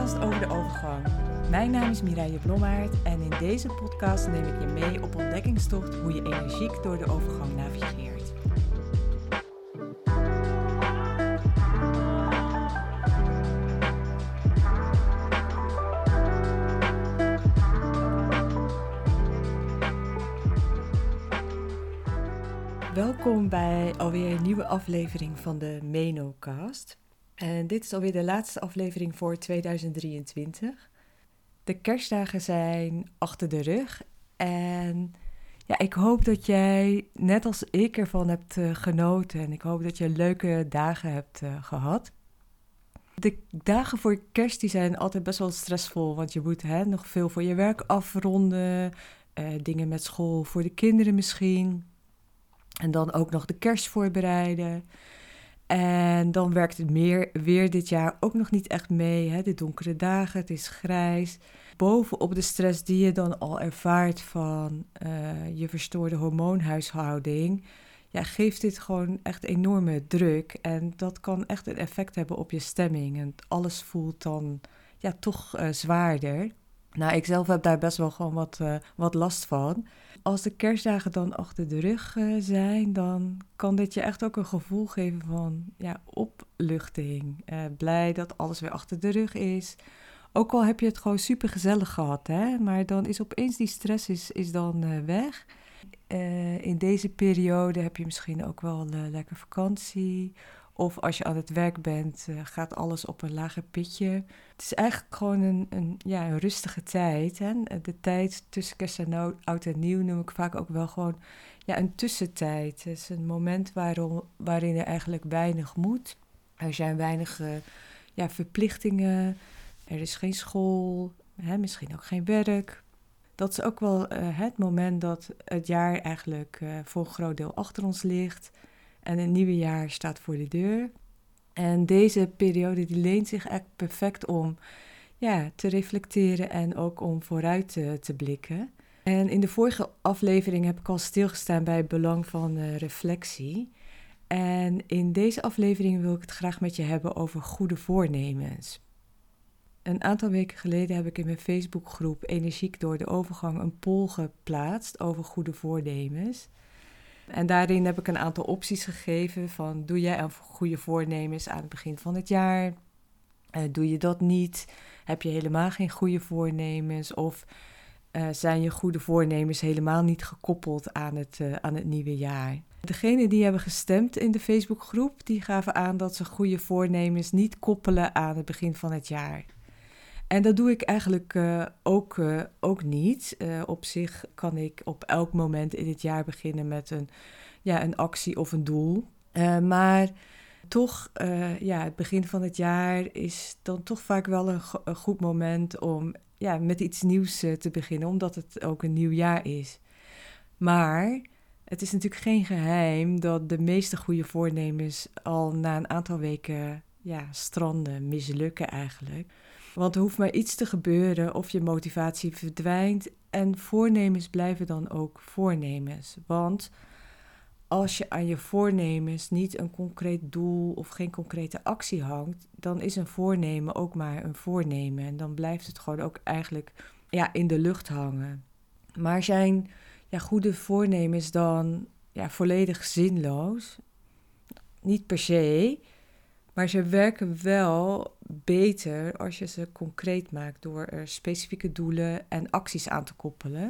podcast over de overgang. Mijn naam is Mireille Blommaert en in deze podcast neem ik je mee op ontdekkingstocht hoe je energiek door de overgang navigeert. Welkom bij alweer een nieuwe aflevering van de Menocast. En dit is alweer de laatste aflevering voor 2023. De kerstdagen zijn achter de rug. En ja, ik hoop dat jij, net als ik, ervan hebt genoten. En ik hoop dat je leuke dagen hebt gehad. De dagen voor kerst die zijn altijd best wel stressvol. Want je moet nog veel voor je werk afronden. Dingen met school voor de kinderen misschien. En dan ook nog de kerst voorbereiden. En dan werkt het weer dit jaar ook nog niet echt mee. De donkere dagen, het is grijs. Bovenop de stress die je dan al ervaart van je verstoorde hormoonhuishouding, ja, geeft dit gewoon echt enorme druk. En dat kan echt een effect hebben op je stemming. En alles voelt dan toch zwaarder. Nou, ik zelf heb daar best wel gewoon wat last van. Als de kerstdagen dan achter de rug zijn, dan kan dit je echt ook een gevoel geven van opluchting. Blij dat alles weer achter de rug is. Ook al heb je het gewoon super gezellig gehad, maar dan is opeens die stress is dan weg. In deze periode heb je misschien ook wel lekker vakantie. Of als je aan het werk bent, gaat alles op een lager pitje. Het is eigenlijk gewoon een rustige tijd. Hè? De tijd tussen kerst en oud en nieuw noem ik vaak ook wel gewoon een tussentijd. Het is een moment waarin er eigenlijk weinig moet. Er zijn weinig verplichtingen. Er is geen school, misschien ook geen werk. Dat is ook wel het moment dat het jaar eigenlijk voor een groot deel achter ons ligt. En een nieuwe jaar staat voor de deur. En deze periode die leent zich echt perfect om te reflecteren en ook om vooruit te blikken. En in de vorige aflevering heb ik al stilgestaan bij het belang van reflectie. En in deze aflevering wil ik het graag met je hebben over goede voornemens. Een aantal weken geleden heb ik in mijn Facebookgroep Energiek door de overgang een poll geplaatst over goede voornemens. En daarin heb ik een aantal opties gegeven van: doe jij aan goede voornemens aan het begin van het jaar? Doe je dat niet? Heb je helemaal geen goede voornemens? Of zijn je goede voornemens helemaal niet gekoppeld aan het nieuwe jaar? Degenen die hebben gestemd in de Facebookgroep, die gaven aan dat ze goede voornemens niet koppelen aan het begin van het jaar. En dat doe ik eigenlijk ook niet. Op zich kan ik op elk moment in het jaar beginnen met een actie of een doel. Maar toch, het begin van het jaar is dan toch vaak wel een goed moment om met iets nieuws te beginnen, omdat het ook een nieuw jaar is. Maar het is natuurlijk geen geheim dat de meeste goede voornemens al na een aantal weken stranden, mislukken eigenlijk. Want er hoeft maar iets te gebeuren of je motivatie verdwijnt en voornemens blijven dan ook voornemens. Want als je aan je voornemens niet een concreet doel of geen concrete actie hangt, dan is een voornemen ook maar een voornemen. En dan blijft het gewoon ook eigenlijk in de lucht hangen. Maar zijn goede voornemens dan volledig zinloos? Niet per se. Maar ze werken wel beter als je ze concreet maakt door er specifieke doelen en acties aan te koppelen.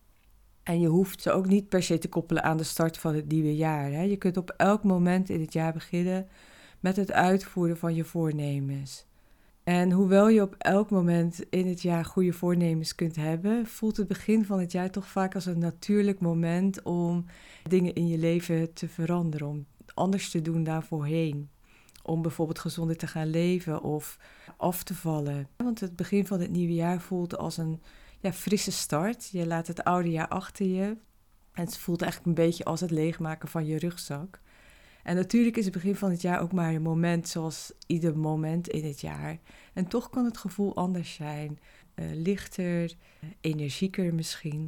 En je hoeft ze ook niet per se te koppelen aan de start van het nieuwe jaar. Je kunt op elk moment in het jaar beginnen met het uitvoeren van je voornemens. En hoewel je op elk moment in het jaar goede voornemens kunt hebben, voelt het begin van het jaar toch vaak als een natuurlijk moment om dingen in je leven te veranderen, om anders te doen dan voorheen. Om bijvoorbeeld gezonder te gaan leven of af te vallen. Want het begin van het nieuwe jaar voelt als een frisse start. Je laat het oude jaar achter je. En het voelt eigenlijk een beetje als het leegmaken van je rugzak. En natuurlijk is het begin van het jaar ook maar een moment zoals ieder moment in het jaar. En toch kan het gevoel anders zijn. Lichter, energieker misschien.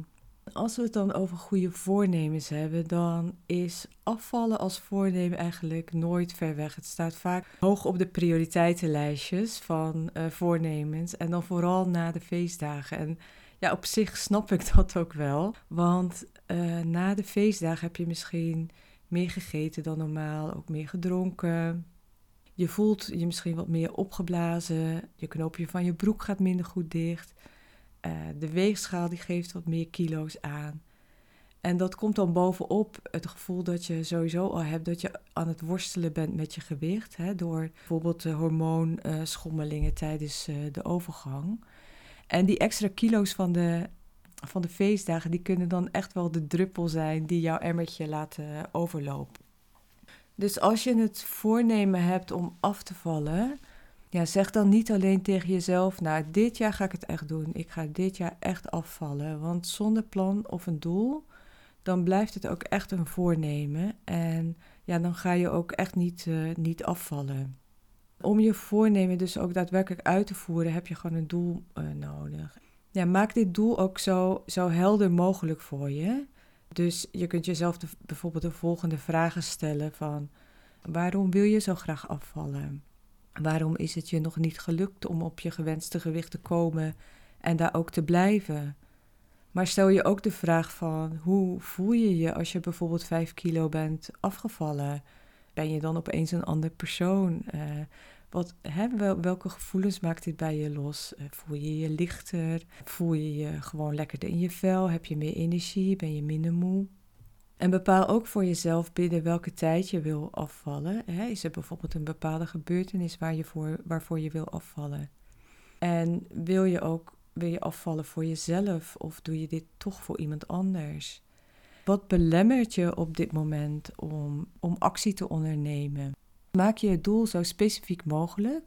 Als we het dan over goede voornemens hebben, dan is afvallen als voornemen eigenlijk nooit ver weg. Het staat vaak hoog op de prioriteitenlijstjes van voornemens en dan vooral na de feestdagen. En ja, op zich snap ik dat ook wel, want na de feestdagen heb je misschien meer gegeten dan normaal, ook meer gedronken. Je voelt je misschien wat meer opgeblazen, je knoopje van je broek gaat minder goed dicht. De weegschaal die geeft wat meer kilo's aan. En dat komt dan bovenop het gevoel dat je sowieso al hebt dat je aan het worstelen bent met je gewicht. Hè, door bijvoorbeeld de hormoonschommelingen tijdens de overgang. En die extra kilo's van de feestdagen, die kunnen dan echt wel de druppel zijn die jouw emmertje laten overlopen. Dus als je het voornemen hebt om af te vallen, ja, zeg dan niet alleen tegen jezelf, nou, dit jaar ga ik het echt doen. Ik ga dit jaar echt afvallen. Want zonder plan of een doel, dan blijft het ook echt een voornemen. En ja, dan ga je ook echt niet afvallen. Om je voornemen dus ook daadwerkelijk uit te voeren, heb je gewoon een doel nodig. Ja, maak dit doel ook zo helder mogelijk voor je. Dus je kunt jezelf bijvoorbeeld de volgende vragen stellen van, waarom wil je zo graag afvallen? Waarom is het je nog niet gelukt om op je gewenste gewicht te komen en daar ook te blijven? Maar stel je ook de vraag van, hoe voel je je als je bijvoorbeeld 5 kilo bent afgevallen? Ben je dan opeens een ander persoon? Welke gevoelens maakt dit bij je los? Voel je je lichter? Voel je je gewoon lekkerder in je vel? Heb je meer energie? Ben je minder moe? En bepaal ook voor jezelf binnen welke tijd je wil afvallen. Is er bijvoorbeeld een bepaalde gebeurtenis waarvoor je wil afvallen? En wil je afvallen voor jezelf of doe je dit toch voor iemand anders? Wat belemmert je op dit moment om actie te ondernemen? Maak je het doel zo specifiek mogelijk,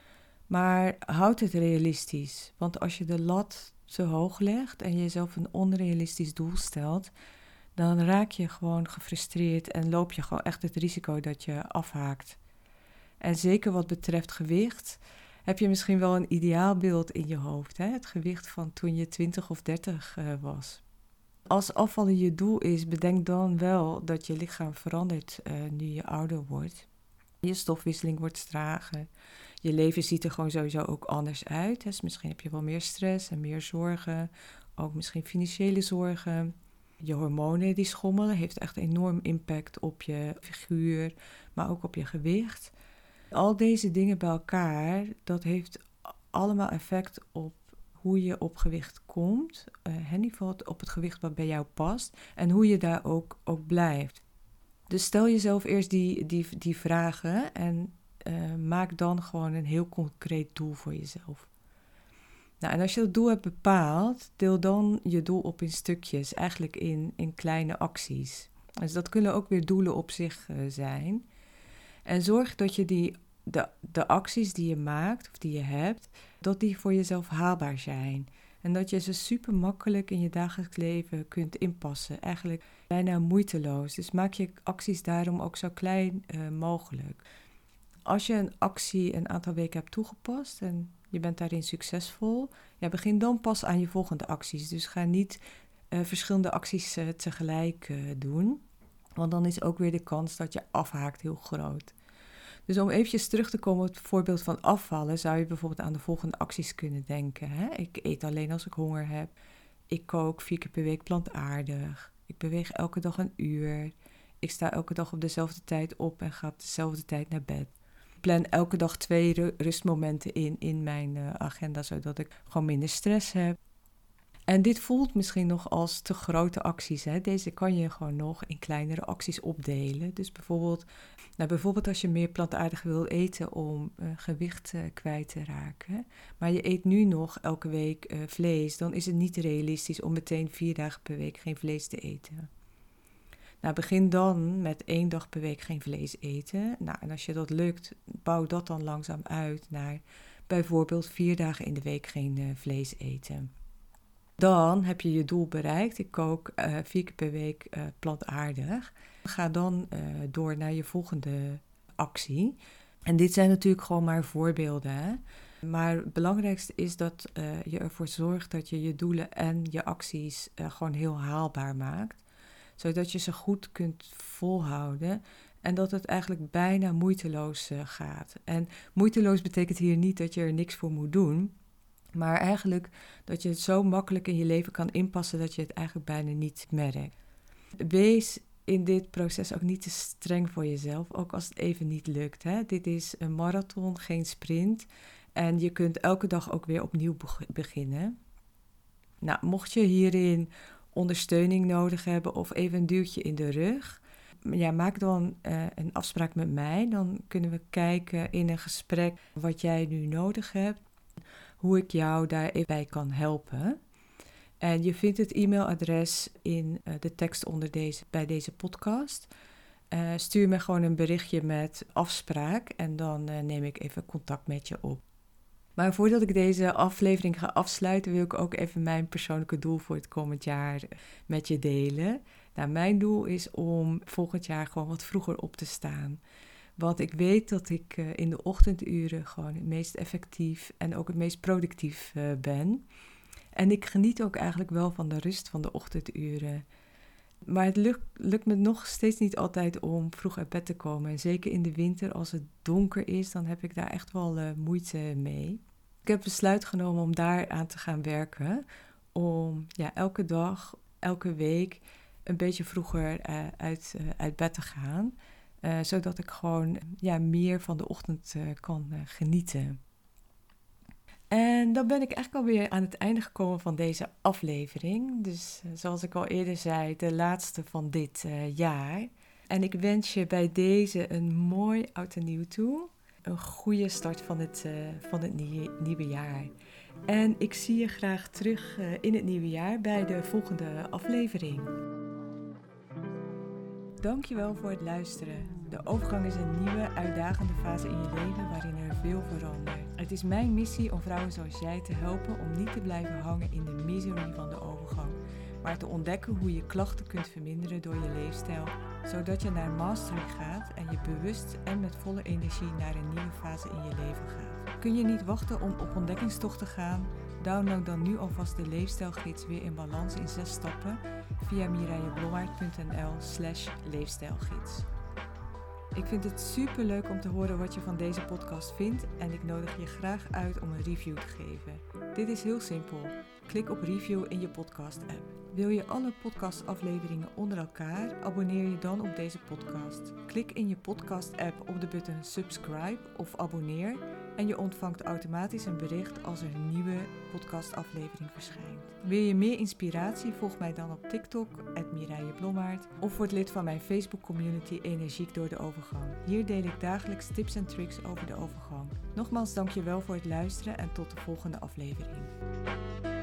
maar houd het realistisch. Want als je de lat te hoog legt en jezelf een onrealistisch doel stelt, dan raak je gewoon gefrustreerd en loop je gewoon echt het risico dat je afhaakt. En zeker wat betreft gewicht, heb je misschien wel een ideaalbeeld in je hoofd. Hè? Het gewicht van toen je 20 of 30 was. Als afvallen je doel is, bedenk dan wel dat je lichaam verandert nu je ouder wordt. Je stofwisseling wordt trager. Je leven ziet er gewoon sowieso ook anders uit. Dus misschien heb je wel meer stress en meer zorgen. Ook misschien financiële zorgen. Je hormonen die schommelen heeft echt enorm impact op je figuur, maar ook op je gewicht. Al deze dingen bij elkaar, dat heeft allemaal effect op hoe je op gewicht komt. In ieder geval op het gewicht wat bij jou past en hoe je daar ook blijft. Dus stel jezelf eerst die vragen en maak dan gewoon een heel concreet doel voor jezelf. Nou, en als je het doel hebt bepaald, deel dan je doel op in stukjes, eigenlijk in kleine acties. Dus dat kunnen ook weer doelen op zich zijn. En zorg dat je de acties die je maakt of die je hebt, dat die voor jezelf haalbaar zijn. En dat je ze super makkelijk in je dagelijks leven kunt inpassen. Eigenlijk bijna moeiteloos. Dus maak je acties daarom ook zo klein mogelijk. Als je een actie een aantal weken hebt toegepast en je bent daarin succesvol, ja, begin dan pas aan je volgende acties. Dus ga niet verschillende acties tegelijk doen. Want dan is ook weer de kans dat je afhaakt heel groot. Dus om eventjes terug te komen op het voorbeeld van afvallen, zou je bijvoorbeeld aan de volgende acties kunnen denken. Hè? Ik eet alleen als ik honger heb. Ik kook 4 keer per week plantaardig. Ik beweeg elke dag 1 uur. Ik sta elke dag op dezelfde tijd op en ga op dezelfde tijd naar bed. Ik plan elke dag 2 rustmomenten in mijn agenda, zodat ik gewoon minder stress heb. En dit voelt misschien nog als te grote acties. Hè? Deze kan je gewoon nog in kleinere acties opdelen. Dus bijvoorbeeld als je meer plantaardig wil eten om gewicht kwijt te raken. Maar je eet nu nog elke week vlees. Dan is het niet realistisch om meteen 4 dagen per week geen vlees te eten. Nou, begin dan met 1 dag per week geen vlees eten. Nou, en als je dat lukt, bouw dat dan langzaam uit naar bijvoorbeeld 4 dagen in de week geen vlees eten. Dan heb je je doel bereikt. Ik kook 4 keer per week plantaardig. Ga dan door naar je volgende actie. En dit zijn natuurlijk gewoon maar voorbeelden. Hè? Maar het belangrijkste is dat je ervoor zorgt dat je je doelen en je acties gewoon heel haalbaar maakt. Zodat je ze goed kunt volhouden en dat het eigenlijk bijna moeiteloos gaat. En moeiteloos betekent hier niet dat je er niks voor moet doen, maar eigenlijk dat je het zo makkelijk in je leven kan inpassen dat je het eigenlijk bijna niet merkt. Wees in dit proces ook niet te streng voor jezelf, ook als het even niet lukt. Hè? Dit is een marathon, geen sprint. En je kunt elke dag ook weer opnieuw beginnen. Nou, mocht je hierin ondersteuning nodig hebben of even een duwtje in de rug, ja, maak dan een afspraak met mij. Dan kunnen we kijken in een gesprek wat jij nu nodig hebt, hoe ik jou daar even bij kan helpen. En je vindt het e-mailadres in de tekst bij deze podcast. Stuur me gewoon een berichtje met afspraak en dan neem ik even contact met je op. Maar voordat ik deze aflevering ga afsluiten, wil ik ook even mijn persoonlijke doel voor het komend jaar met je delen. Nou, mijn doel is om volgend jaar gewoon wat vroeger op te staan. Want ik weet dat ik in de ochtenduren gewoon het meest effectief en ook het meest productief ben. En ik geniet ook eigenlijk wel van de rust van de ochtenduren. Maar het lukt me nog steeds niet altijd om vroeg uit bed te komen. En zeker in de winter, als het donker is, dan heb ik daar echt wel moeite mee. Ik heb besluit genomen om daar aan te gaan werken. Om elke dag, elke week een beetje vroeger uit bed te gaan. Zodat ik gewoon meer van de ochtend kan genieten. En dan ben ik eigenlijk alweer aan het einde gekomen van deze aflevering. Dus zoals ik al eerder zei, de laatste van dit jaar. En ik wens je bij deze een mooi oud en nieuw toe. Een goede start van het nieuwe jaar. En ik zie je graag terug in het nieuwe jaar bij de volgende aflevering. Dankjewel voor het luisteren. De overgang is een nieuwe, uitdagende fase in je leven waarin er veel verandert. Het is mijn missie om vrouwen zoals jij te helpen om niet te blijven hangen in de miserie van de overgang, maar te ontdekken hoe je klachten kunt verminderen door je leefstijl, zodat je naar mastery gaat en je bewust en met volle energie naar een nieuwe fase in je leven gaat. Kun je niet wachten om op ontdekkingstocht te gaan? Download dan nu alvast de leefstijlgids Weer in Balans in 6 stappen via mireilleblommaert.nl/leefstijlgids. Ik vind het super leuk om te horen wat je van deze podcast vindt en ik nodig je graag uit om een review te geven. Dit is heel simpel. Klik op review in je podcast-app. Wil je alle podcastafleveringen onder elkaar? Abonneer je dan op deze podcast. Klik in je podcast-app op de button subscribe of abonneer en je ontvangt automatisch een bericht als er een nieuwe podcastaflevering verschijnt. Wil je meer inspiratie? Volg mij dan op TikTok, @mireilleblommaert, of word lid van mijn Facebook community Energiek door de overgang. Hier deel ik dagelijks tips en tricks over de overgang. Nogmaals dankjewel voor het luisteren en tot de volgende aflevering.